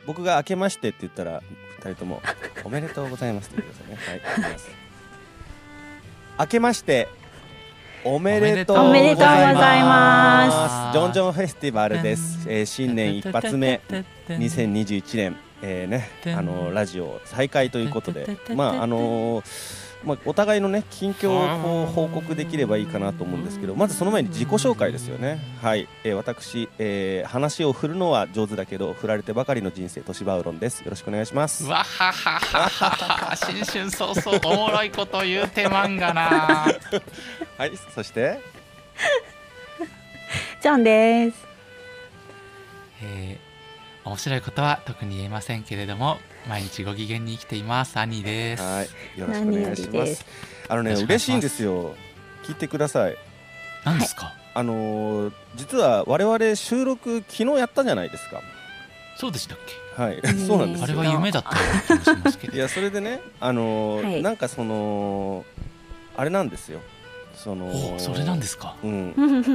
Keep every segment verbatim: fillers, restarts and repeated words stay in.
僕が明けましてって言ったらふたりともおめでとうございますって言ってくださいね。はい、いきます。明けましておめでとうございます。ジョンジョンフェスティバルです。えー、新年一発目にせんにじゅういちねん、えーね、あのラジオ再開ということで、まああのーまあ、お互いのね近況をこう報告できればいいかなと思うんですけど、まずその前に自己紹介ですよね。はい、えー、私、えー、話を振るのは上手だけど振られてばかりの人生トシバウロンです。よろしくお願いします。 わはははは新春早々おもろいこと言うてまんがなはい、そしてジョンです。 えー、面白いことは特に言えませんけれども毎日ご機嫌に生きていますアニーです。 はい、よろしくお願いします。あのね、嬉しいんですよ。聞いてください。 何ですか？はい、 あのー、実は我々収録昨日やったじゃないですか。 そうでしたっけ？はい、そうなんですよ。 あれは夢だったような気もしますけど。 いや、それでね、あのーはい、なんかそのあれなんですよ。そのそれなんですか？ うん、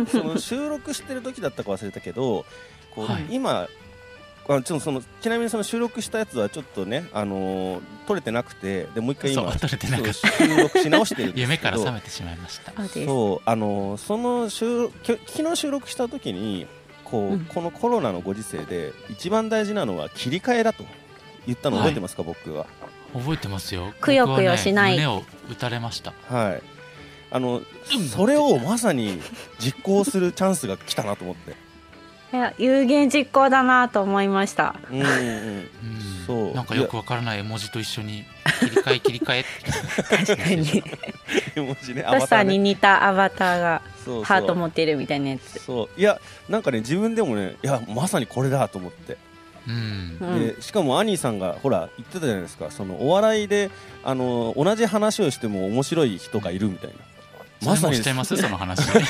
その収録してる時だったか忘れたけど、こう、はい、今あちょっとそのちなみにその収録したやつはちょっとね、あのー、撮れてなくて、でもう一回今撮れてなかった収録し直してるんですけど夢から覚めてしまいました。 そう、あのー、その収昨日収録した時にこう、うん、このコロナのご時世で一番大事なのは切り替えだと言ったの覚えてますか？はい、僕は覚えてますよ。 くよくよしない、 ね、胸を打たれました。 はい、あのそれをまさに実行するチャンスが来たなと思って。 いや有言実行だなと思いました。 うんうんうん、そうなんかよくわからない絵文字と一緒に切り替え切り替え確かに絵文字ね、 トシさんに似たアバターがハート持ってるみたいなやつ。 そういやなんかね自分でもねいやまさにこれだと思って、 うん、 でしかもアニーさんがほら言ってたじゃないですか、そのお笑いであの同じ話をしても面白い人がいるみたいな。 まさにしちゃいますその話取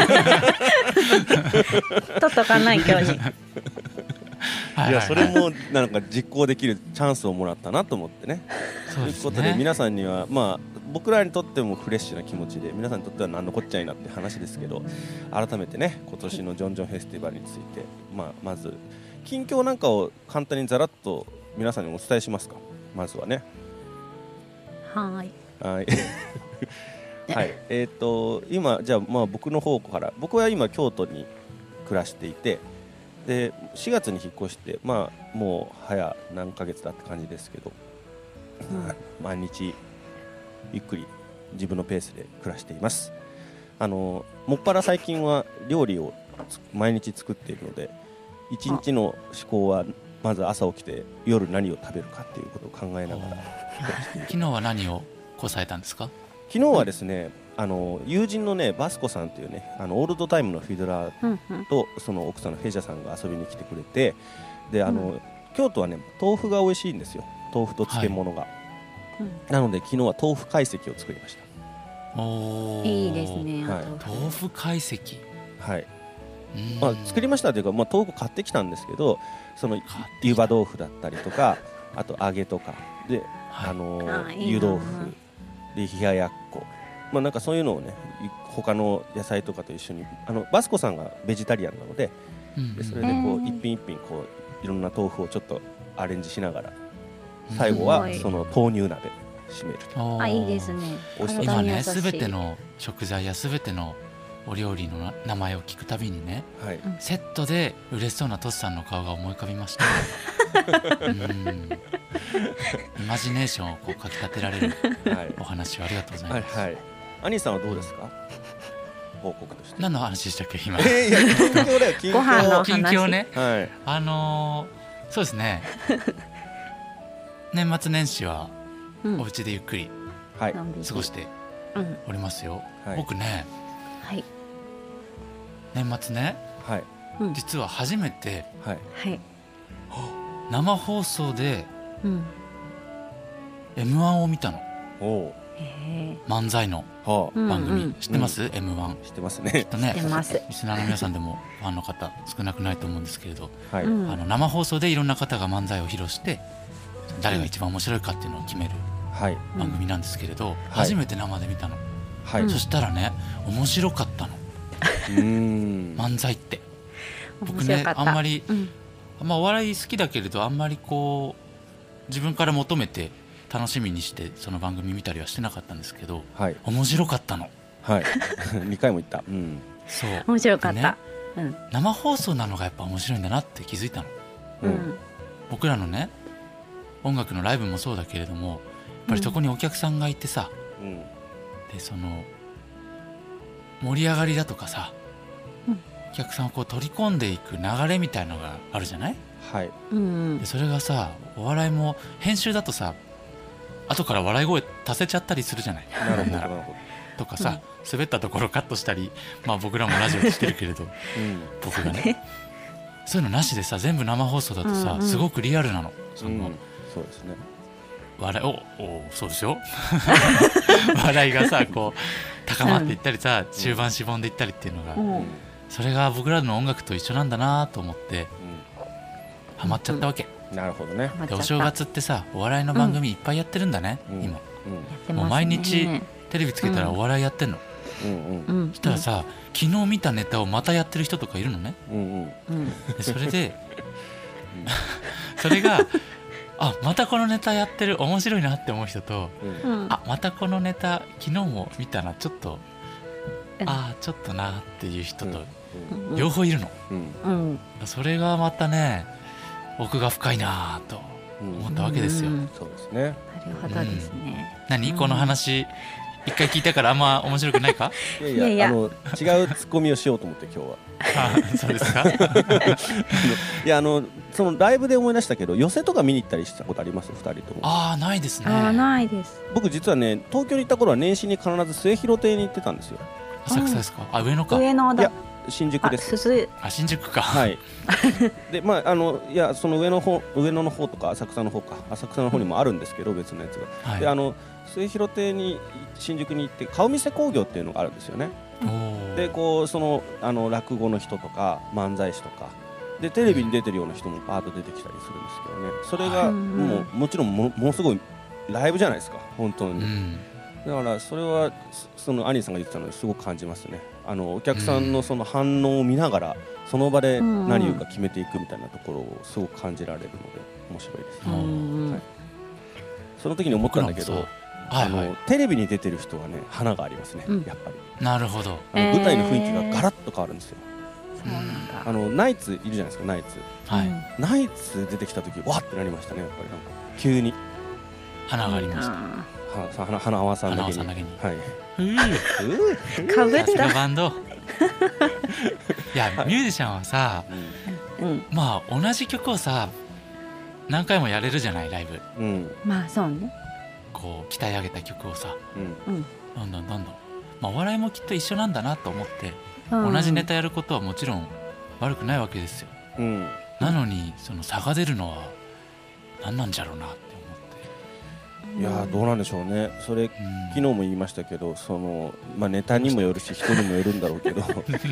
っとかない今日にいやそれもなんか実行できるチャンスをもらったなと思ってね。 そうですね。 ということで皆さんにはまあ僕らにとってもフレッシュな気持ちで、皆さんにとっては何のこっちゃいなって話ですけど、改めてね今年のジョンジョンフェスティバルについて、まあ、まず近況なんかを簡単にざらっと皆さんにお伝えしますか。まずはね。 はいはいはい、えーと今じゃあまあ僕の方から、僕は今京都に暮らしていて、でしがつに引っ越して、まあもう早何ヶ月だって感じですけど、うん、毎日ゆっくり自分のペースで暮らしています。あのもっぱら最近は料理を毎日作っているので、一日の思考はまず朝起きて夜何を食べるかっていうことを考えながら昨日は何をこさえたんですか？ 昨日はですね、あの友人のねバスコさんというね、あのオールドタイムのフィドラーとその奥さんのフェジャさんが遊びに来てくれて、であの、うん、京都はね豆腐が美味しいんですよ、豆腐と漬物が、はい、なので昨日は豆腐懐石を作りました。 おいいですね、 はい、 豆腐懐石、 はい、まあ、作りましたというか、まあ、豆腐買ってきたんですけど、その湯葉豆腐だったりとか、あと揚げとかで、はい、あの湯豆腐で冷ややっこ、まあ、なんかそういうのをね他の野菜とかと一緒に、あのバスコさんがベジタリアンなので、うんうん、でそれでこう一品一品こういろんな豆腐をちょっとアレンジしながら、最後はその豆乳鍋締めると。 あ、いいですね。 今ねすべての食材やすべてのお料理の名前を聞くたびにね、はい、セットで嬉しそうなトシさんの顔が思い浮かびましたうんイマジネーションをこうかき立てられるお話をありがとうございます。 はいはい、アニーさんはどうですか？報告として何の話でしたっけ今？ えー、いや近況だよ近況。 ご飯の話。 近況ね、 はい、 あのー、そうですね年末年始はお家でゆっくり過ごしておりますよ、うんはい、僕ね、はい、年末ね、はい、実は初めて、はい、生放送で エムワン を見たの。お漫才の番組、うんうん、知ってます、うん、エムワン知ってますね。 きっとね、 リスナーの皆さんでもファンの方少なくないと思うんですけれど、はい、あの生放送でいろんな方が漫才を披露して誰が一番面白いかっていうのを決める番組なんですけれど、はい、初めて生で見たの、はい、そしたらね面白かったのうーん漫才って僕ねあんまりまあお笑い好きだけれどあんまりこう自分から求めて楽しみにしてその番組見たりはしてなかったんですけど、はい、面白かったの。 はいにかいも言った、うん、 そう面白かった、ねうん、生放送なのがやっぱ面白いんだなって気づいたの、うん、僕らのね音楽のライブもそうだけれどもやっぱりそこにお客さんがいてさ、うん、でその盛り上がりだとかさ、うん、お客さんをこう取り込んでいく流れみたいのがあるじゃない、はい、でそれがさお笑いも編集だとさ後から笑い声足せちゃったりするじゃない。なるほどなるほどとかさ、うん、滑ったところカットしたり、まあ、僕らもラジオでしてるけれど、うん、僕がねそういうのなしでさ全部生放送だとさ、うんうん、すごくリアルなの。その、うん、そうですね笑いおおそうですよ笑いがさこう高まっていったりさ、うん、中盤しぼんでいったりっていうのが、うん、それが僕らの音楽と一緒なんだなと思って、うん、ハマっちゃったわけ、うん、なるほどね。でお正月ってさお笑いの番組いっぱいやってるんだね、うん、今、うん、もう毎日テレビつけたらお笑いやってんの、うんうん、そしたらさ昨日見たネタをまたやってる人とかいるのね、うんうん、でそれでそれがあまたこのネタやってる面白いなって思う人と、うん、あまたこのネタ昨日も見たなちょっと、うん、あちょっとなっていう人と両方いるの、うん、それがまたね奥が深いなと思ったわけですよ、うんうん、そうですね。なるほどですね、 うん、何この話一回聞いたからあんま面白くないかいやいや、いやいやあの違うツッコミをしようと思って今日はあそうですかいやあのそのライブで思い出したけど寄席とか見に行ったりしたことありますふたりとも。 ああないですね。 あないです。 僕実はね東京に行った頃は年始に必ず末広亭に行ってたんですよ。 浅草ですか。あ上野か。 上野だ。いや新宿です。 あ新宿か。 はいでまああのいやその上の方上野の方とか浅草の方か浅草の方にもあるんですけど、うん、別のやつが、はい、であの末広亭に新宿に行って顔見世興行っていうのがあるんですよね。でこうそのあの落語の人とか漫才師とかでテレビに出てるような人もパーッと出てきたりするんですけどね。それがもうもちろん も, ものすごいライブじゃないですか本当に、うん、だからそれはそのアニーさんが言ってたのですごく感じますね。あのお客さんのその反応を見ながらその場で何言うか決めていくみたいなところをすごく感じられるので面白いですね、うんはい、その時に思ったんだけどあの、はいはい、テレビに出てる人はね花がありますね、うん、やっぱり。 なるほど。 あの舞台の雰囲気がガラッと変わるんですよ、えー、そうなんだ。あのナイツいるじゃないですか。ナイツ、はい、ナイツ出てきた時わってなりましたね。やっぱりなんか急に花がありました。 花花輪さんだけに、はい、 かぶったバンドいやミュージシャンはさ、うん、まあ同じ曲をさ何回もやれるじゃないライブ、うん、 まあそうねこう鍛え上げた曲をさ、うん、どんどんどんどん、まあ、お笑いもきっと一緒なんだなと思って、うん、同じネタやることはもちろん悪くないわけですよ、うん、なのにその差が出るのは何なんじゃろうなっていやどうなんでしょうね。それ、うん、昨日も言いましたけどその、まあ、ネタにもよるし人にもよるんだろうけど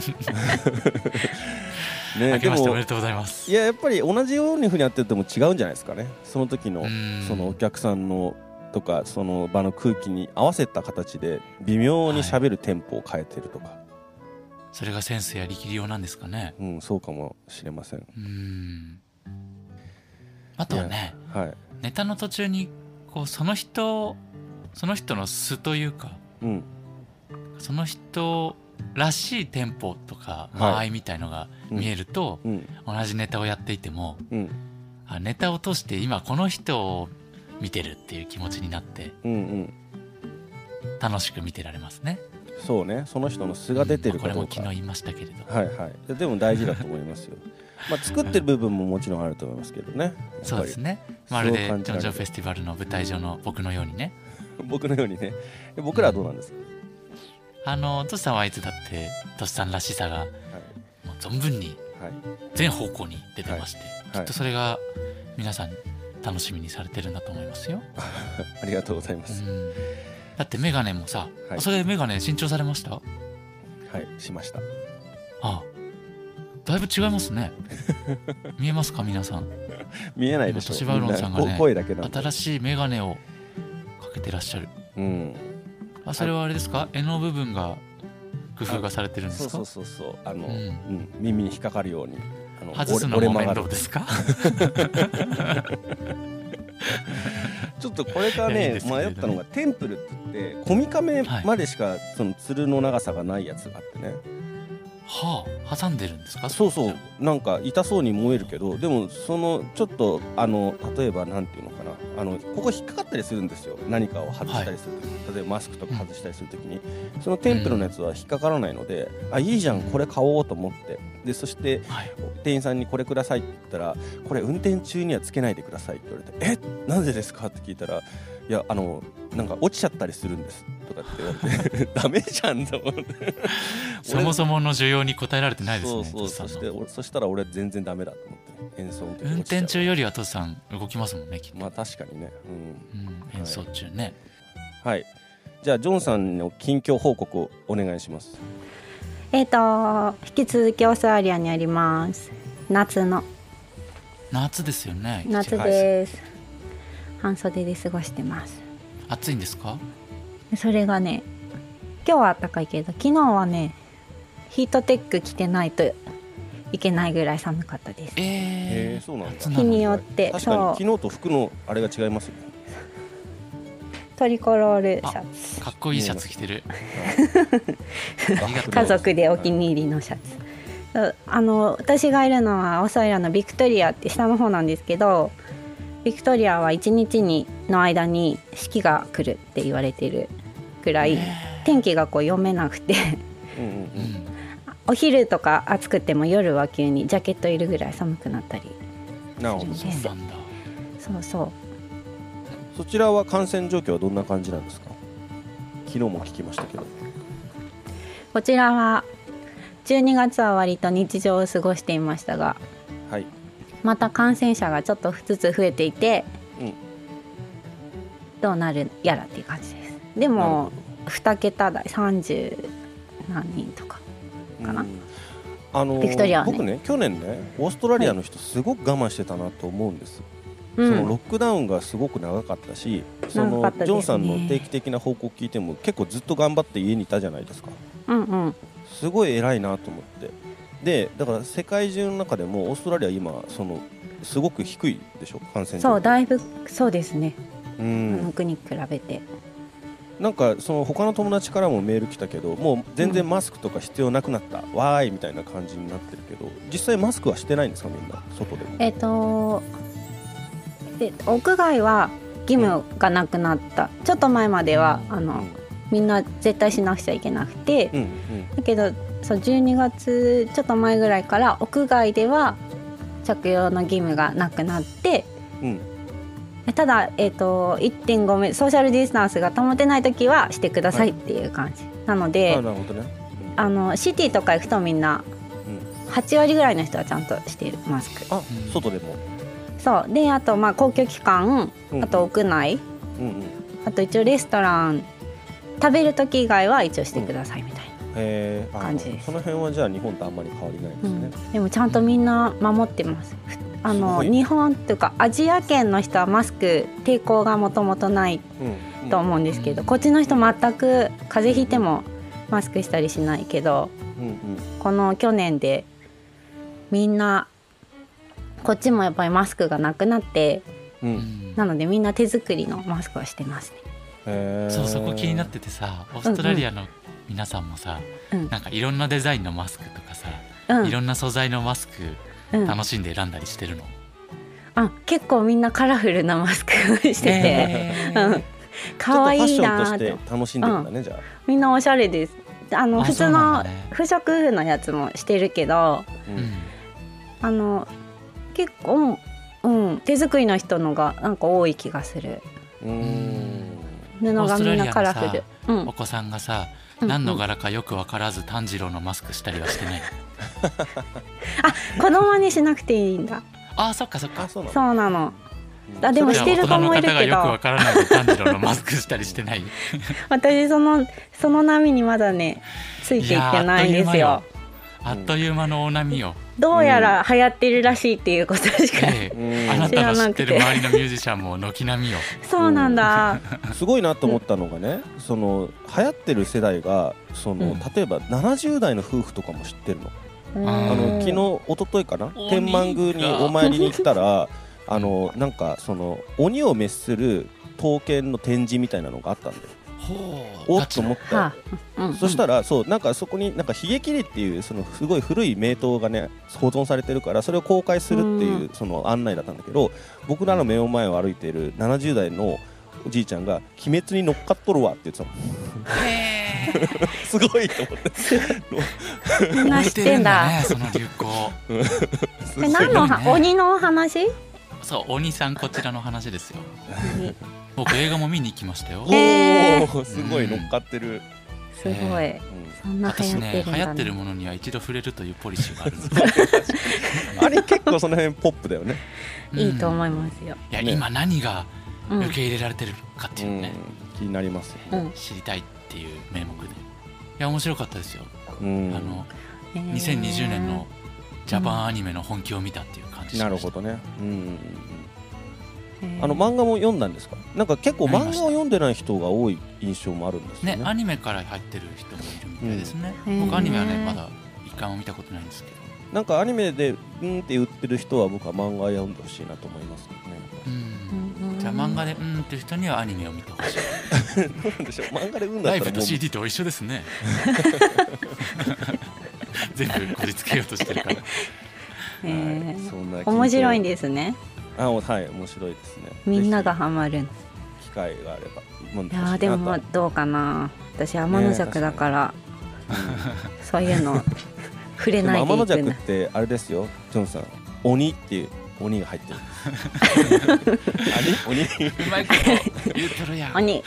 ね、でもおめでとうございます。 いややっぱり同じようにふうにやってても違うんじゃないですかね。その時のそのお客さんのとかその場の空気に合わせた形で微妙に喋るテンポを変えてるとか、はい、 それがセンスや力量なんですかね。 うん、そうかもしれません。うんあとはね、はい、ネタの途中にこうその人その人の素というか、うん、その人らしいテンポとか間合いみたいのが見えると、はいうん、同じネタをやっていても、うん、あネタを通して今この人を見てるっていう気持ちになって、うんうん、楽しく見てられますね。 そうね、その人の素が出てるかどうか、 うん、これも昨日言いましたけれど、 はいはい、でも大事だと思いますよまあ作ってる部分ももちろんあると思いますけどね。 そうですね。まるでジョンジョンフェスティバルの舞台上の僕のようにね僕のようにね。僕らはどうなんですか、 うん、あのトシさんはいつだってトシさんらしさが、はい、もう存分に全方向に出てまして、はいはい、きっとそれが皆さん楽しみにされてるんだと思いますよありがとうございます、うん、 だってメガネもさ、はい、それメガネ新調されました？ はいしました。 ああだいぶ違いますね見えますか皆さん？ 見えないでしょ。 トシバウロンさんがね声だけなん新しいメガネをかけてらっしゃる、うん、あそれはあれですか？柄の部分が工夫がされてるんですか？ そうそうそうそうあの、うんうん、耳に引っかかるようにあの外すのも面倒ですかちょっとこれからね迷ったのがテンプルって言ってこみ亀までしかそのつるの長さがないやつがあってね、 はあ、挟んでるんですか？ そうそう、なんか痛そうに思えるけど、でもそのちょっとあの例えばなんていうのかな、あのここ引っかかったりするんですよ、何かを外したりするとき、はい、例えばマスクとか外したりするときに、うん、そのテンプルのやつは引っかからないので、うん、あいいじゃんこれ買おうと思って、でそして、はい、店員さんにこれくださいって言ったら、これ運転中にはつけないでくださいって言われて、えなぜですかって聞いたら、いやあのなんか落ちちゃったりするんですとかって言われてダメじゃんと思ってそもそもの需要に応えられてないですね。 そうそう、そして俺そしたら俺全然ダメだと思って、演奏の時運転中よりはトシさん動きますもんね、きっと。 まあ確かにね、 うんうん、演奏中ね、 はい、はい、じゃあジョンさんの近況報告をお願いします。 えっ、ー、と引き続きオーストラリアにあります。夏の夏ですよね。 夏です、はい、半袖で過ごしてます。 暑いんですか？ それがね、今日は暖かいけど昨日はねヒートテック着てないといけないぐらい寒かったです。 えー、そうなんだ。 日によって確かに昨日と服のあれが違いますよね。 トリコロールシャツ、 かっこいいシャツ着てる家族でお気に入りのシャツ。あの私がいるのはオーストラリアのビクトリアって下の方なんですけど、ビクトリアはいちにちにの間に四季が来るって言われてるくらい天気がこう読めなくてうんうん、うん、お昼とか暑くても夜は急にジャケットいるぐらい寒くなったりするんです。 そうなんだ。 そうそう。 そちらは感染状況はどんな感じなんですか？昨日も聞きましたけど。 こちらはじゅうにがつは割と日常を過ごしていましたが、 はい、 また感染者がちょっとずつ増えていて、うん、どうなるやらっていう感じです。でもに桁台さんじゅうなんにんとかかな、うん、 あのー、 ビクトリアはね、 僕ね去年ねオーストラリアの人すごく我慢してたなと思うんです、はい、そのロックダウンがすごく長かったし、うん、そのジョンさんの定期的な報告聞いても結構ずっと頑張って家にいたじゃないですか、 うんうん、 すごい偉いなと思って。でだから世界中の中でもオーストラリア今そのすごく低いでしょ、感染状況。 そうだいぶそうですね、 うん、 あの国に比べて。 なんかその他の友達からもメール来たけど、もう全然マスクとか必要なくなった、うん、わーいみたいな感じになってるけど、実際マスクはしてないんですか、みんな外でも。 えっとで屋外は義務がなくなった、うん、ちょっと前まではあの、うん、みんな絶対しなくちゃいけなくて、うんうん、だけどそうじゅうにがつちょっと前ぐらいから屋外では着用の義務がなくなって、うん、ただ、えーと、いってんごメソーシャルディスタンスが保てないときはしてくださいっていう感じ、はい、なので、 あ、なるほどね、 あのシティとか行くとみんなはちわりぐらいの人はちゃんとしているマスク。 あ、外でも。 そうで、あとまあ公共機関、あと屋内、うんうん、あと一応レストラン食べるとき以外は一応してくださいみたいな、 へー、 感じです。 その辺はじゃあ日本とあんまり変わりないですね、 うん、でもちゃんとみんな守ってます。あの日本というかアジア圏の人はマスク抵抗がもともとないと思うんですけど、うんうん、こっちの人全く風邪ひいてもマスクしたりしないけど、うんうん、この去年でみんなこっちもやっぱりマスクがなくなって、うん、なのでみんな手作りのマスクをしてますね。 へー、そう、そこ気になっててさ、オーストラリアの皆さんもさ、うんうん、なんかいろんなデザインのマスクとかさ、うん、いろんな素材のマスク楽しんで選んだりしてるの？ うん、あ、結構みんなカラフルなマスクをしてて、うん、かわいいなーって。 ちょっとファッションとして楽しんでるんだね、うん、じゃあ。 みんなおしゃれです。あのあ、普通の不織布のやつもしてるけど、うん、あの結構、うん、手作りの人のがなんか多い気がする。うーん、布がみんなカラフル、 うん、お子さんがさ、何の柄かよく分からず炭治郎のマスクしたりはしてない？ あ、子供にしなくていいんだ。 あ、そっかそっか。 そうなの。あ、でもしてる子もいるけど、大人の方がよく分からないで炭治郎のマスクしたりしてない？ 私そのその波にまだねついていってないんですよ。 あっという間の大波よ。 どうやら流行ってるらしいっていうことしか、 ええ、あなたの知ってる周りのミュージシャンも軒並みよ。 そうなんだ、 うん、すごいなと思ったのがね、その流行ってる世代がその、うん、例えばななじゅう代の夫婦とかも知ってるの。 あの昨日一昨日かな、天満宮にお参りに行ったらあのなんかその鬼を滅する刀剣の展示みたいなのがあったんで、おっと思った、うんうん、そしたらそうなんかそこになんか髭切っていうそのすごい古い名刀がね保存されてるから、それを公開するっていうその案内だったんだけど、僕らの目の前を歩いているななじゅう代のおじいちゃんが鬼滅に乗っかっとるわって言ってたもん。へーすごいと思ってみんな知ってんだね、その流行何の、ね、鬼の話？ そう、鬼さんこちらの話ですよ。僕映画も見に行きましたよ。 おお、すごい乗っかってる、 すごい、そんな流行ってるんだね。 私ね、流行ってるものには一度触れるというポリシーがあるんですあれ結構その辺ポップだよね。 いいと思いますよ。 いや、今何が受け入れられてるかっていうね、 気になりますよね。 知りたいっていう名目で、いや面白かったですよ。あのにせんにじゅうねんのジャパンアニメの本気を見たっていう感じ。 なるほどね。うん。あの漫画も読んだんですか？なんか結構漫画を読んでない人が多い印象もあるんですよね。 ね、アニメから入ってる人もいるみたいですね。僕アニメはねまだ一回も見たことないんですけど。 なんかアニメでうんって言ってる人は僕は漫画読んでほしいなと思いますけどね。 うん。じゃあ漫画でうんっていう人にはアニメを見てほしい。 どうなんでしょう。漫画でうんだったらライブと シーディー と一緒ですね。全部こじつけようとしてるから。 えー、そんな面白いんですね。 あ、はい、面白いですね。 みんながハマる機会があれば。 いやでもどうかな。私天の尺だから、ね、そういうの触れないでいくんだ。 天の尺ってあれですよ、ジョンさん。鬼っていう鬼が入ってるんです。鬼？鬼？ うまいこと言うとるやん。 鬼。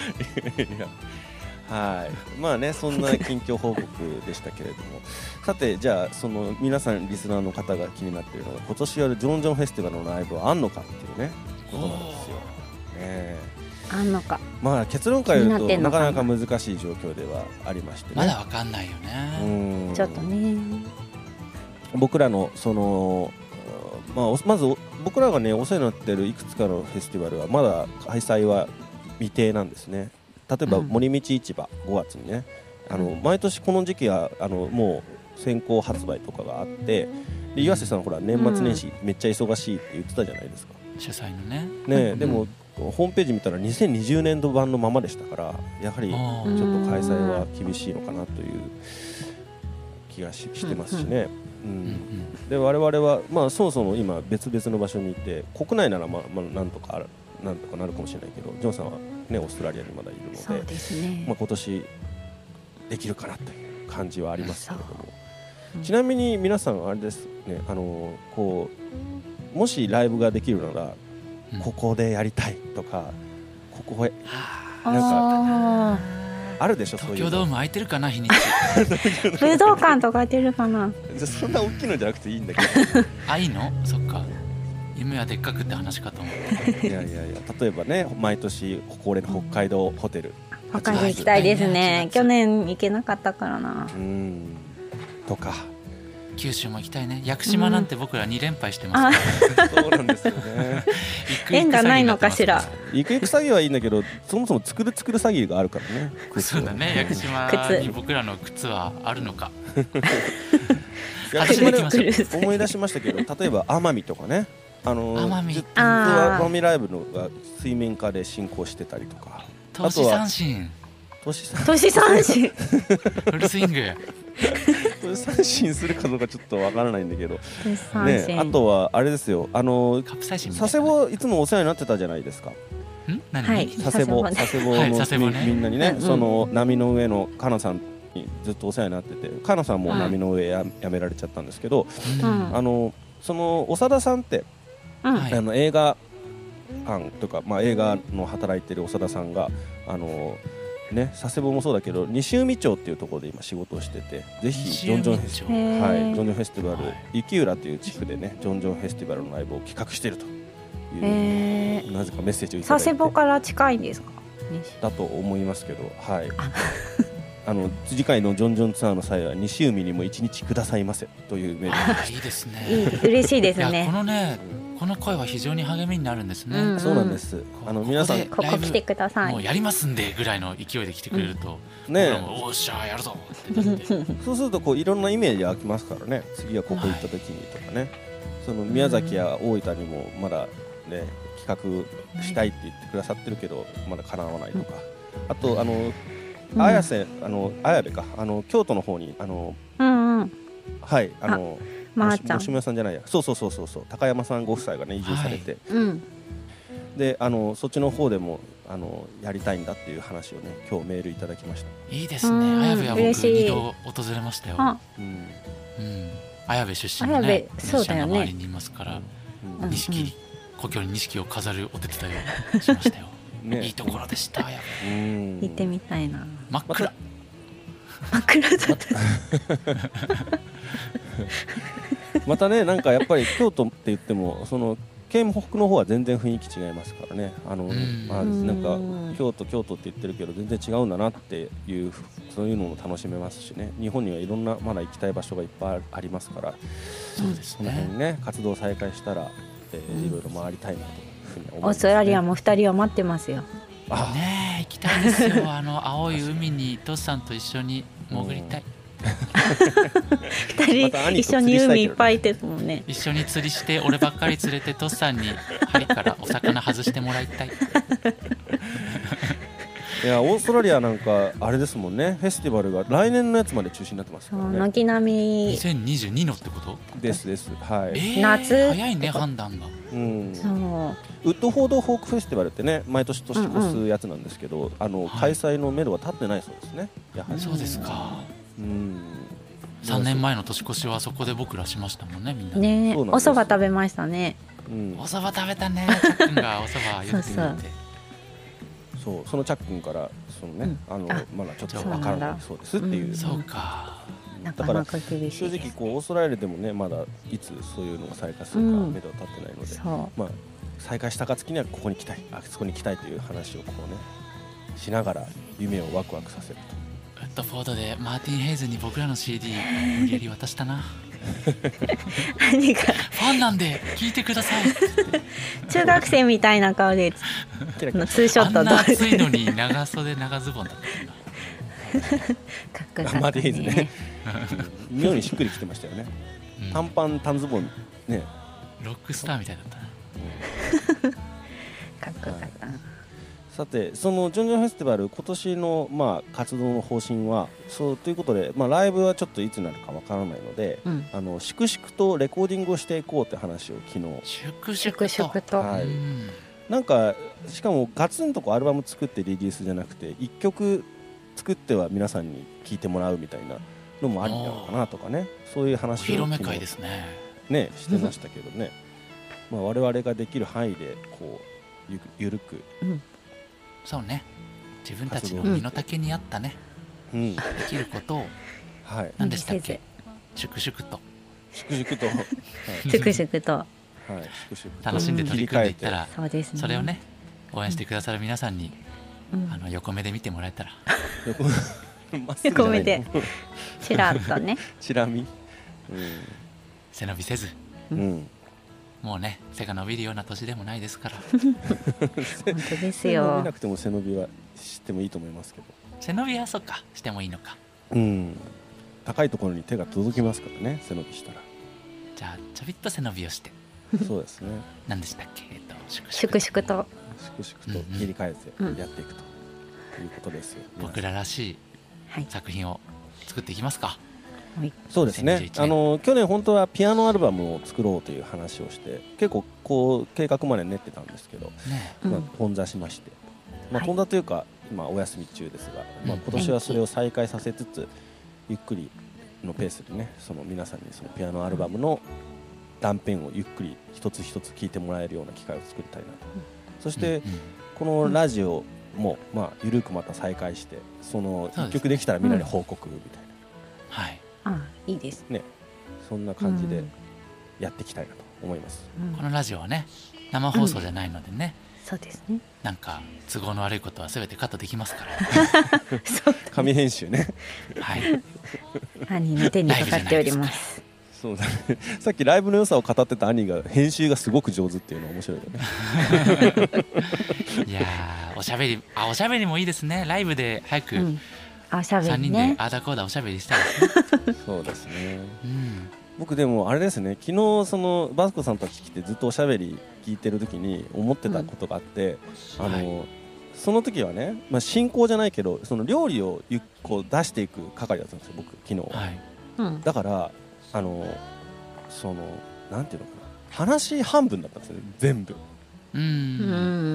はい、まあね、そんな近況報告でしたけれどもさて、じゃあその皆さんリスナーの方が気になっているのが、今年やるジョンジョンフェスティバルのライブはあんのかっていうねことなんですよ、ね、 あんのか。 まあ結論から言うと な, なかなか難しい状況ではありましてね。 まだわかんないよね。 うんちょっとね。 僕らのその、まあ、まず僕らがねお世話になっているいくつかのフェスティバルはまだ開催は未定なんですね。例えば森道市場ごがつにね、あの毎年この時期はあのもう先行発売とかがあって、で岩瀬さんほら年末年始めっちゃ忙しいって言ってたじゃないですか、 主催のね。 ね、でもホームページ見たらにせんにじゅうねんど版のままでしたから、やはりちょっと開催は厳しいのかなという気が し, してますしね。うん、で我々は、まあ、そもそも今別々の場所にいて、国内ならまあ、まあ、なんとかあるなんとかなるかもしれないけど、ジョンさんは、ね、オーストラリアにまだいるので、 そうですね、 まあ、今年できるかなという感じはありますけれども、うん、ちなみに皆さんあれですね、あのこうもしライブができるなら、うん、ここでやりたいとか、ここへなんかあるでしょ。 東京ドーム空いてるかな、日にち武道館とか空いてるかな。 そんな大きいのじゃなくていいんだけどあ、いいの？そっか、夢はでっかくって話かと思って。 いやいやいや、例えばね、毎年恒例の北海道ホテル、 北海道行きたいですね。去年行けなかったからな。 うん、とか九州も行きたいね。屋久島なんて僕らに連敗してますから、 ね、そうなんですよね縁がないのかしら。 行く行く詐欺はいいんだけど、そもそも作る作る詐欺があるからね。 そうだね、屋久島に僕らの靴はあるのか屋久島で思い出しましたけど、例えば奄美とかね、あの奄美、 実は奄美ライブのが水面下で進行してたりとか、 投資三振投資三振フルスイング三振するかどうかちょっとわからないんだけど、ね、あとはあれですよ、あの佐世保いつもお世話になってたじゃないですか。 ん何、 はい、 佐世保佐世保の、はいね、みんなにね、うん、その波の上のかなさんにずっとお世話になってて、かなさんも波の上 や,、やめられちゃったんですけど、うん、あのその長田さんって、うん、あの映画館とか、まあ、映画の働いてる長田さんがあのね、佐世保もそうだけど西海町っていうところで今仕事をしてて、ぜひジョンジョンフェスティバル、はい、ジョンジョンフェスティバル、はい、雪浦という地区でね、ジョンジョンフェスティバルのライブを企画しているという、なぜかメッセージをいただいて。 佐世保から近いんですか？ だと思いますけど、はい。あの次回のジョンジョンツアーの際は西海にも一日くださいませというメール。 いいですね。 いい、嬉しいですね。 このねこの声は非常に励みになるんですね、 うん、そうなんです。あの皆さんここ来てください、 もうやりますんでぐらいの勢いで来てくれると、うん、 ねおっしゃーやるぞってなってそうするとこういろんなイメージが湧きますからね。次はここ行った時にとかね、はい、その宮崎や大分にもまだね企画したいって言ってくださってるけどまだ叶わないとか、あとあの綾瀬、あの綾部かあの京都の方にあの、うんうん、はいあのまーちゃん、 吉村さんじゃないや、そうそうそうそうそう高山さんご夫妻がね移住されて、 はい、 であのそっちの方でもあのやりたいんだっていう話をね今日メールいただきました。 いいですね。綾部は僕にど訪れましたよ。うん、うん、綾部出身のねミュージシャンの周りにいますから、うん、錦故郷に錦を飾るお手伝いをしましたよ。ね、いいところでした。綾部、うん、 行ってみたいな。 真っ暗、 真っ暗だったまたねなんかやっぱり京都って言ってもその県北の方は全然雰囲気違いますからね。あの、まあ、なんか京都京都って言ってるけど全然違うんだなっていうそういうのも楽しめますしね。日本にはいろんなまだ行きたい場所がいっぱいありますから、 そうですね、 その辺ね活動再開したら、えー、いろいろ回りたいなというふうに思います、ね、 オーストラリアもふたりは待ってますよ。 あねえ行きたいですよ。あの青い海にトスさんと一緒に潜りたい。 ふたり一緒に海いっぱいですもんね。 一緒に釣りして俺ばっかり連れてトスさんに針からお魚外してもらいたい。 いやオーストラリアなんかあれですもんね。フェスティバルが来年のやつまで中止になってますからね。 軒並みにせんにじゅうにのってことですです。はい、 えー、 夏早いね判断が。 うん、そうウッドフォードフォークフェスティバルってね毎年年越すやつなんですけど、うんうん、あの開催のめどは立ってないそうですね。やはりそうですか。 うん、 さんねんまえの年越しはそこで僕らしましたもんね。みんなね。お蕎麦食べましたね。 うん、お蕎麦食べたね。チャックンがお蕎麦言ってくれてそうそうそのチャックンからそのね、うん、あのあまだちょっとわからないそうですっていう、うん、 そうか。 だから正直こうオーストラリアでもねまだいつそういうのが再開するか目処立ってないので、うん、まあ再開した暁にはここに来たいあそこに来たいという話をこうねしながら夢をワクワクさせると。 ウッドフォードでマーティン・ヘイズに僕らの シーディー 無理やり渡したな。 何かファンなんで聞いてください。 中学生みたいな顔でツーショットあんな暑いのに長袖長ズボンだったかっこよかったね。 マーティン・ヘイズね妙にしっくりきてましたよね、うん、短パン短ズボンねロックスターみたいだったな、 うん、かっこよかった、はい。 さてそのジョンジョンフェスティバル今年のまあ活動の方針はそうということで、まあ、ライブはちょっといつになるかわからないので、うん、あの粛々とレコーディングをしていこうって話を昨日粛々と、 はい、なんかしかもガツンとこうアルバム作ってリリースじゃなくていっきょく作っては皆さんに聴いてもらうみたいなのもありなのかなとかね、そういう話を広め会ですね、 ねしてましたけどねまあ我々ができる範囲でこう ゆ, ゆるく、うん、 そうね自分たちの身の丈に合ったね、うん、できることを、はい、何でしたっけ粛々と粛々と粛々と、はい、 楽しんで取り組んでいったら、 うん、そ, それをね応援してくださる皆さんに、うん、あの横目で見てもらえたら横目でチラッとねチラ見、うん、 背伸びせず、うん、もうね背が伸びるような年でもないですから本当ですよ。 背伸びなくても背伸びはしてもいいと思いますけど背伸びはそっかしてもいいのか、 うん、高いところに手が届きますからね背伸びしたら。 じゃあちょびっと背伸びをしてそうですね何でしたっけ、えっと、 粛々と粛々と切り替えてやっていくということですよ、 うんうん、僕ららしい作品を作っていきますか。 はい、そうですね。あの去年本当はピアノアルバムを作ろうという話をして結構こう計画まで練ってたんですけど、ねまあ、頓挫しまして、まあ、頓挫というか、はい、今お休み中ですが、まあ、今年はそれを再開させつつゆっくりのペースでねその皆さんにそのピアノアルバムの断片をゆっくり一つ一つ聴いてもらえるような機会を作りたいなと、うん、そしてこのラジオも、まあ、ゆるくまた再開してそのいっきょくできたらみんなに報告みたいな、 はいあいいですね、そんな感じでやっていきたいなと思います、 うん、このラジオはね生放送じゃないのでね、 うん、そうですねなんか都合の悪いことは全てカットできますから紙編集ねはい犯人の手にかかっております。 そうだね。さっきライブの良さを語ってた兄が編集がすごく上手っていうのは面白いよね。 いやー、おしゃべり、あ、おしゃべりもいいですね。ライブで早く、うん、 おしゃべりね、 さんにんであだこうだおしゃべりしたいですね。 そうですね、 うん、 僕でもあれですね、昨日そのバスコさんたち来てずっとおしゃべり聞いてる時に思ってたことがあって、うん、あの、はい、その時はね、まあ、進行じゃないけどその料理をこう出していく係だったんですよ僕昨日は、はい、うん、だからあのそのなんていうのかな、話半分だったんですよね全部。うん、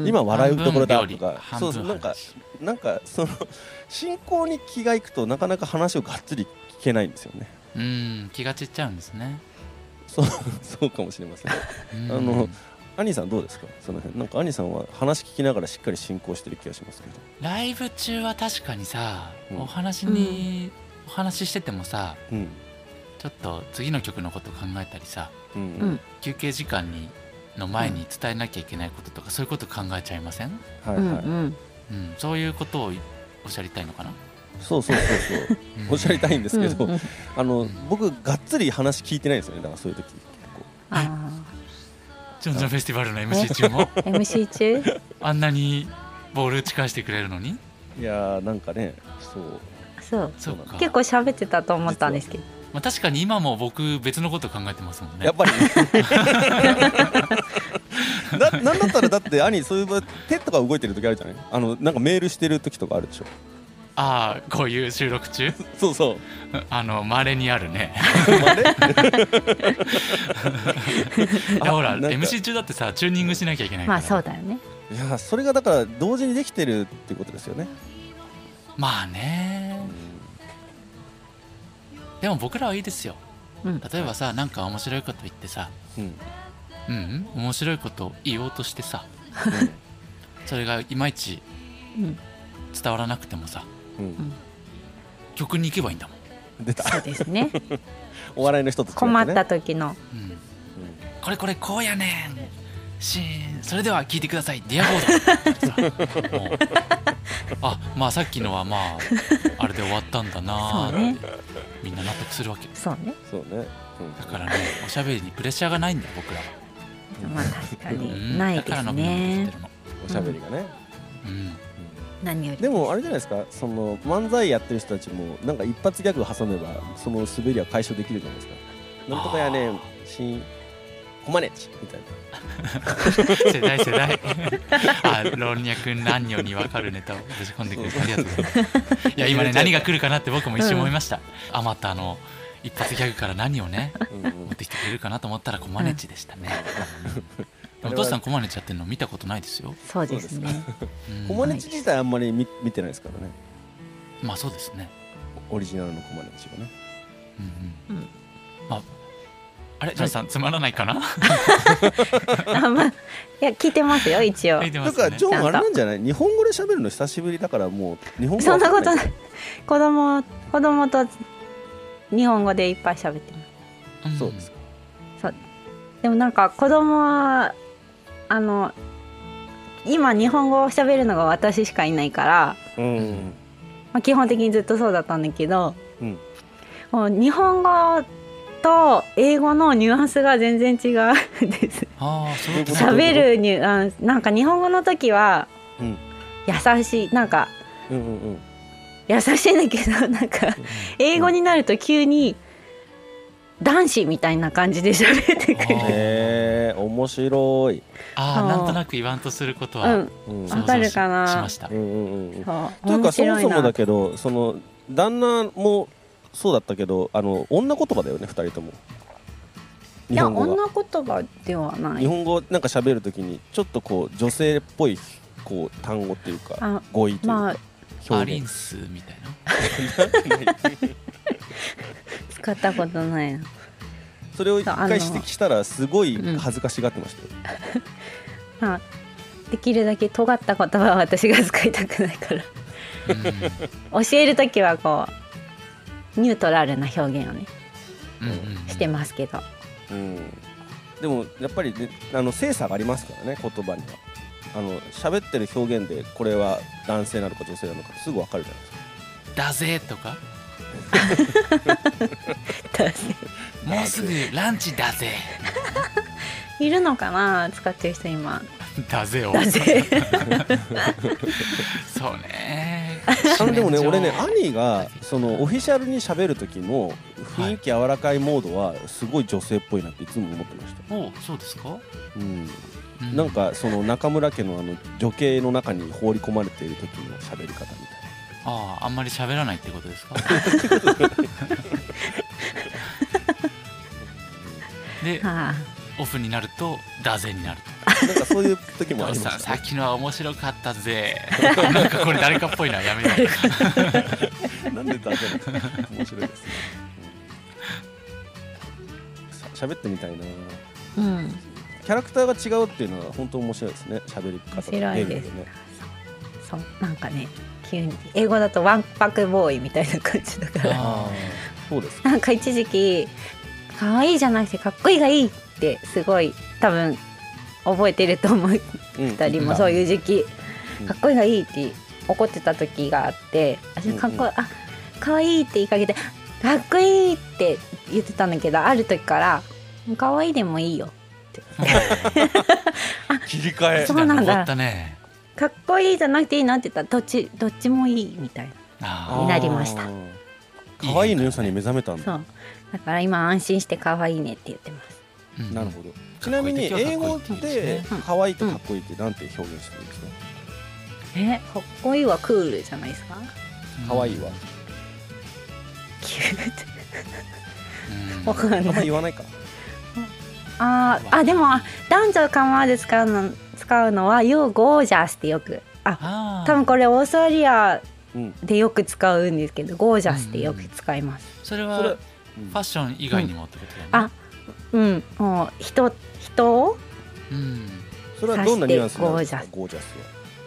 今笑うところだとか、そうそう、なんかなんかその進行に気がいくとなかなか話をがっつり聞けないんですよね。 うん、気が散っちゃうんですね。 そうそうかもしれません。あの兄さんどうですか、その辺。なんか兄さんは話聞きながらしっかり進行してる気がしますけど。 ライブ中は確かにさ、うん、お話に、うん、お話ししててもさ、うん、ちょっと次の曲のこと考えたりさ、うんうん、休憩時間にの前に伝えなきゃいけないこととか、うん、そういうこと考えちゃいません？はいはい、うん、そういうことをおっしゃりたいのかな。 そうそうそうそうおっしゃりたいんですけど、うん、あの、うん、僕がっつり話聞いてないんですよね。だからそういう時結構あジョンジョンフェスティバルの エムシー 中もエムシー 中あんなにボール打ち返してくれるのに。 いやーなんかね、そうそうそうか、結構喋ってたと思ったんですけど、 まあ、確かに今も僕別のこと考えてますもんね、 やっぱりな, なんだったらだって兄そういう手とか動いてる時あるじゃない。あのなんかメールしてる時とかあるでしょ。 ああ、こういう収録中そうそう、 あの稀にあるね。いやほら エムシー 中だってさチューニングしなきゃいけないから。 まあそうだよね。 いやそれがだから同時にできてるってことですよね。 まあね、うん、でも僕らはいいですよ、うん、例えばさ、なんか面白いこと言ってさ、うん、うん、面白いこと言おうとしてさ、うん、それがいまいち伝わらなくてもさ、うん、曲に行けばいいんだもん。 出た。 そうですね。 お笑いの人と違ってね、 困った時の、うんうん、 これこれこうやねんシーン、それでは聞いてくださいディアボード。もうあ、まあさっきのはまああれで終わったんだなーって、ね、みんな納得するわけ。 そうね、 そうね、 うん、だからね、おしゃべりにプレッシャーがないんだよ僕らは。 まあ確かにないですね、だから伸び伸びできてるの、 おしゃべりがね、うん、うん、 何よりでもあれじゃないですか、その漫才やってる人たちもなんか一発ギャグを挟めばその滑りは解消できるじゃないですか。なんとかやねんしんコマネチみたいな。 世代世代。あ、老若男女に分かるネタをぶち込んでくれてありがとうございます。いや今ね、何が来るかなって僕も一瞬思いました、うん、あまたあの一発ギャグから何をね持ってきてくれるかなと思ったらコマネチでしたね。お父さんコマネチやってるの見たことないですよ。 そうですね。 コマネチ自体あんまり 見, 見てないですからね。 まあそうですね、 オリジナルのコマネチはね、 うんうん、まああれ、ジョンさんつまらないかな。 あ、まあ、いや聞いてますよ一応。 だからジョンあれなんじゃない、日本語で喋るの久しぶりだからもう日本語そんなことない。子供子供と日本語でいっぱい喋ってます、うん、 そうですか。 そうでもなんか子供はあの今日本語を喋るのが私しかいないから、うんまあ、基本的にずっとそうだったんだけど、うん、もう日本語と英語のニュアンスが全然違うんです。あ、そういうこと。喋るニュアンス、なんか日本語の時は、うん、優しい、なんか、うんうんうん、優しいんだけどなんか、うん、英語になると急に男子みたいな感じで喋ってくる。 へー、面白い。 ああ、なんとなく言わんとすることは、うん、 分かるかな。 しました。うんうんうん、というかそもそもだけど、その旦那もそうだったけど、あの女言葉だよねふたりとも。 いや女言葉ではない。 日本語なんか喋るときにちょっとこう女性っぽいこう単語っていうか語彙というか、まあ、アリンスみたいな。 使ったことないな。 それを一回指摘したらすごい恥ずかしがってましたよ、 うんまあ、できるだけ尖った言葉は私が使いたくないから、うん、教えるときはこうニュートラルな表現をね、うん、してますけど、うん、 でもやっぱり、ね、あの精査がありますからね、言葉には。あの喋ってる表現でこれは男性なのか女性なのかすぐ分かるじゃないですか。 だぜとかだもうすぐランチだぜいるのかな使ってる人今だぜをだぜそうねあのでもね俺ね兄がそのオフィシャルに喋る時の雰囲気柔らかいモードはすごい女性っぽいなっていつも思ってました。 おそうですか、 うんうん、なんかその中村家のあの女系の中に放り込まれている時の喋り方みたいな。 ああ、あんまり喋らないってことですかで、はあ、オフになるとだぜになるとなんかそういう時もありました、ね、 さっきのは面白かったぜなんかこれ誰かっぽいなやめようなんでだぜ面白いですね喋ってみたいな、うん、キャラクターが違うっていうのは本当面白いですね。喋り方面白いですね。そうなんかね急に英語だとワンパクボーイみたいな感じだからあそうですなんか一時期可愛いじゃなくてかっこいいがいいってすごい多分覚えてると思う、うん、ふたりもそういう時期、うん、かっこいいがいいって怒ってた時があって私かっこいい、うんうん、あ可愛いって言いかけてかっこいいって言ってたんだけどある時から可愛いでもいいよって切り替えそうなんだったねかっこいいじゃなくていいなって言ったらどっちどっちもいいみたいなになりました。 可愛いの良さに目覚めたんだ。 そうだから今安心して可愛いねって言ってます、 うん、なるほど。ちなみに英語で可愛いとかっこいいってなんて表現してるんですか？ うん、えかっこいいはクールじゃないですか？ 可愛いはキュートわかんない。 あんま言わないか。 ああでも男女構わず使うの使うのは You gorgeous ってよくあ多分これオーストラリアでよく使うんですけど、うん、gorgeous ってよく使います、 うん、それはファッション以外にもってことだよね、 うん、あうんもう人人を、 うん、それはどんなニュアンスなんですか？ゴージャス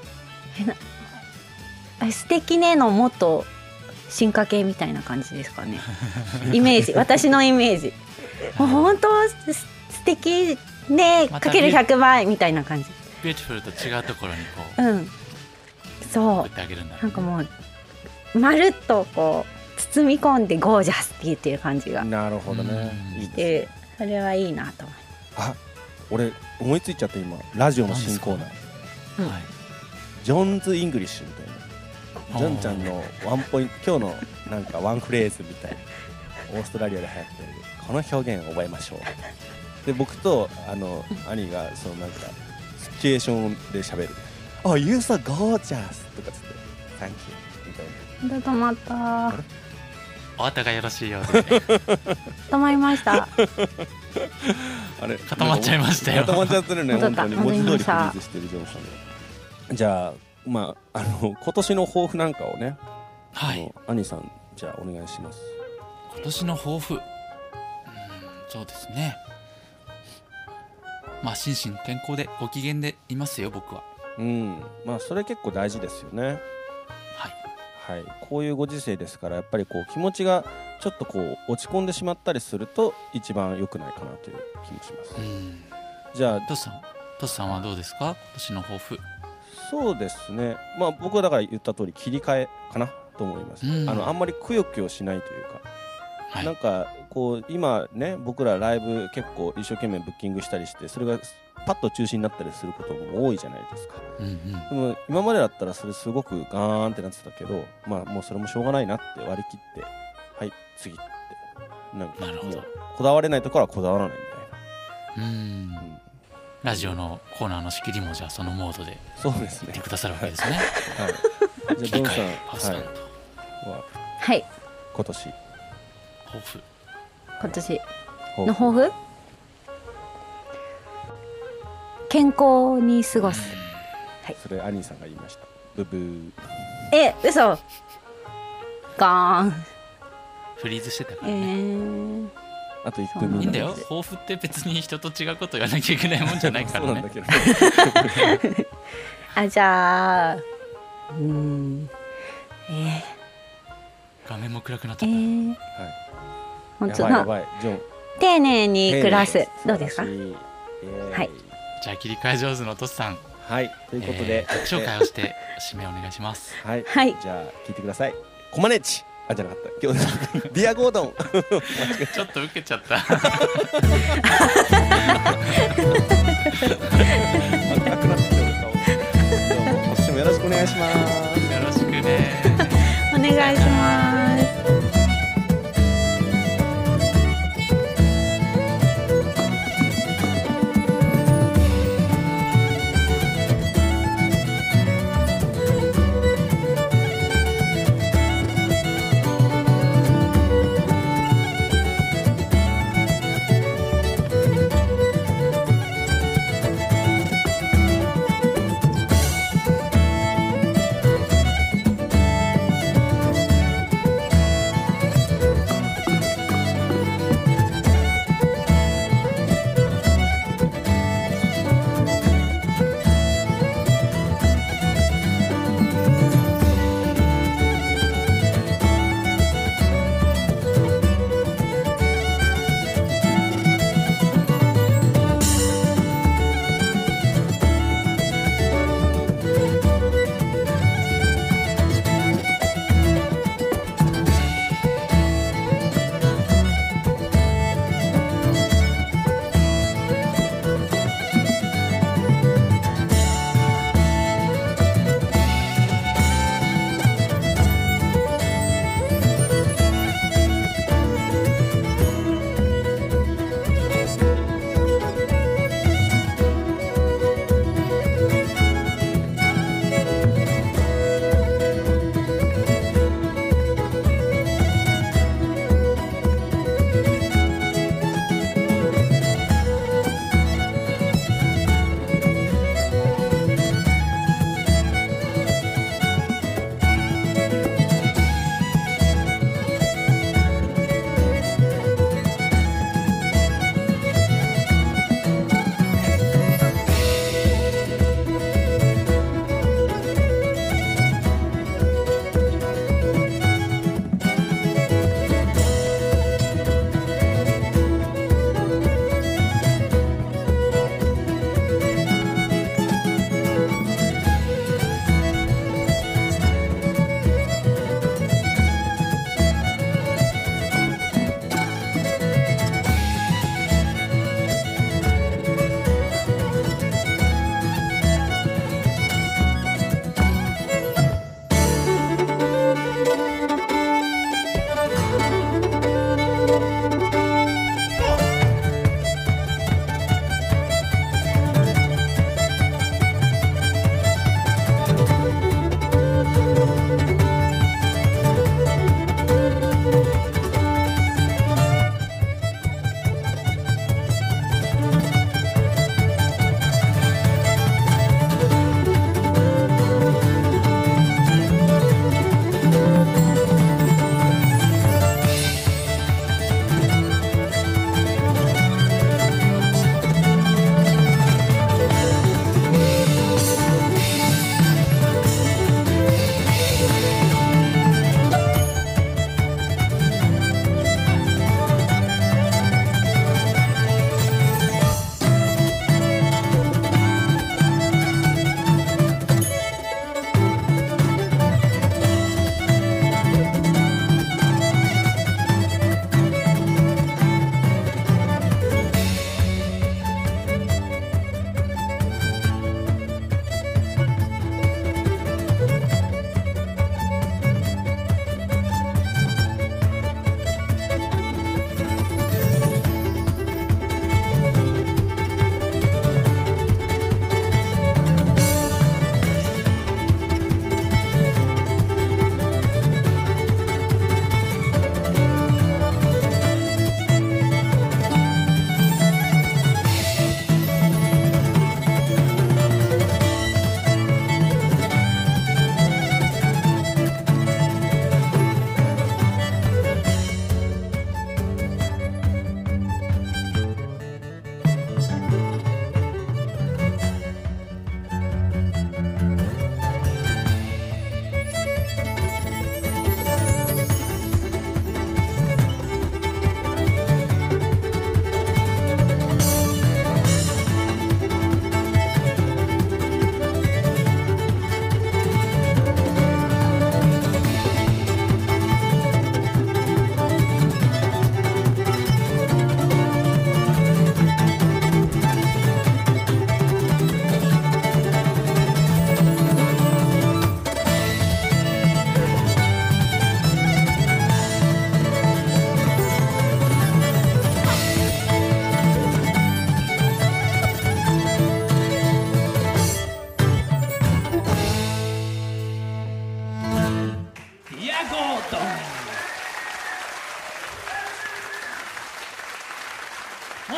は素敵ねのもっと進化系みたいな感じですかねイメージ私のイメージもう本当素敵ねかけるひゃくばいみたいな感じ。 ビューティフルと違うところにこう、 うん、そうってあげるんだ、ね、 なんかもうまるっとこう包み込んでゴージャスって言ってる感じがなるほどね、 いいですね。それはいいなと思います。 あ俺思いついちゃって今ラジオの新コーナー、うんはい、ジョンズ・イングリッシュみたいなジョンちゃんのワンポイント今日のなんかワンフレーズみたいなオーストラリアで流行ってるこの表現を覚えましょうで僕とあの兄がそのなんかシチュエーションで喋る「Oh, you're so gorgeous」とかつって「Thank you」みたいな。止まった。 お後がよろしいようで止まりましたあれ固まっちゃいましたよ。 固まっちゃってるね本当に文字通りフリーズしてるジョンさんで。じゃあまああの今年の抱負なんかをね、はい、兄さんじゃあお願いします。 今年の抱負、うん、そうですね。まあ心身健康でご機嫌でいますよ僕は。 うん、まあそれ結構大事ですよね。はい、こういうご時世ですからやっぱりこう気持ちがちょっとこう落ち込んでしまったりすると一番良くないかなという気もします。うん、じゃあトシさん、トシさんはどうですか今年の抱負。 そうですね、まあ僕はだから言った通り切り替えかなと思います。うん、あのあんまりくよくよしないというか、はい、なんかこう今ね僕らライブ結構一生懸命ブッキングしたりしてそれがパッと中止になったりすることも多いじゃないですか。うんうん、でも今までだったらそれすごくガーンってなってたけど、まあもうそれもしょうがないなって割り切ってはい次ってなんかもうこだわれないところはこだわらないみたいな。うん、うん、 ラジオのコーナーの仕切りもじゃあそのモードでそうですね言ってくださるわけですね。 はい、じゃあドンさん、 はいはい、 今年抱負今年の抱負健康に過ごす、 はい、それ兄さんが言いました。ブブー。 え、嘘。ガーン。 フリーズしてたからね。えー、 あといっぷんいいんだよ。抱負って別に人と違うこと言わなきゃいけないもんじゃないからね。そうなんだけどあ、じゃあ、うん、えー、 画面も暗くなっちゃった。えー、はい。 本当だ。やばいやばい。ジョン。 丁寧に暮らす。どうですか。 はい。 じゃあ切り替え上手のトシさん、 はいということで、 えー、紹介をして締めお願いします。 はい、はい、じゃあ聞いてください。コマネチあ、じゃなかった。今日ディアゴードン。 ちょっと受けちゃった。 なくなってきた顔。今年もよろしくお願いします。 よろしくね。 お願いします。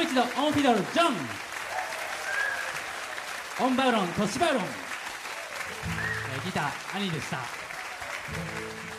う一度オンフィドルジョン、オンバウロントシバウロン、えーギターアニーでした。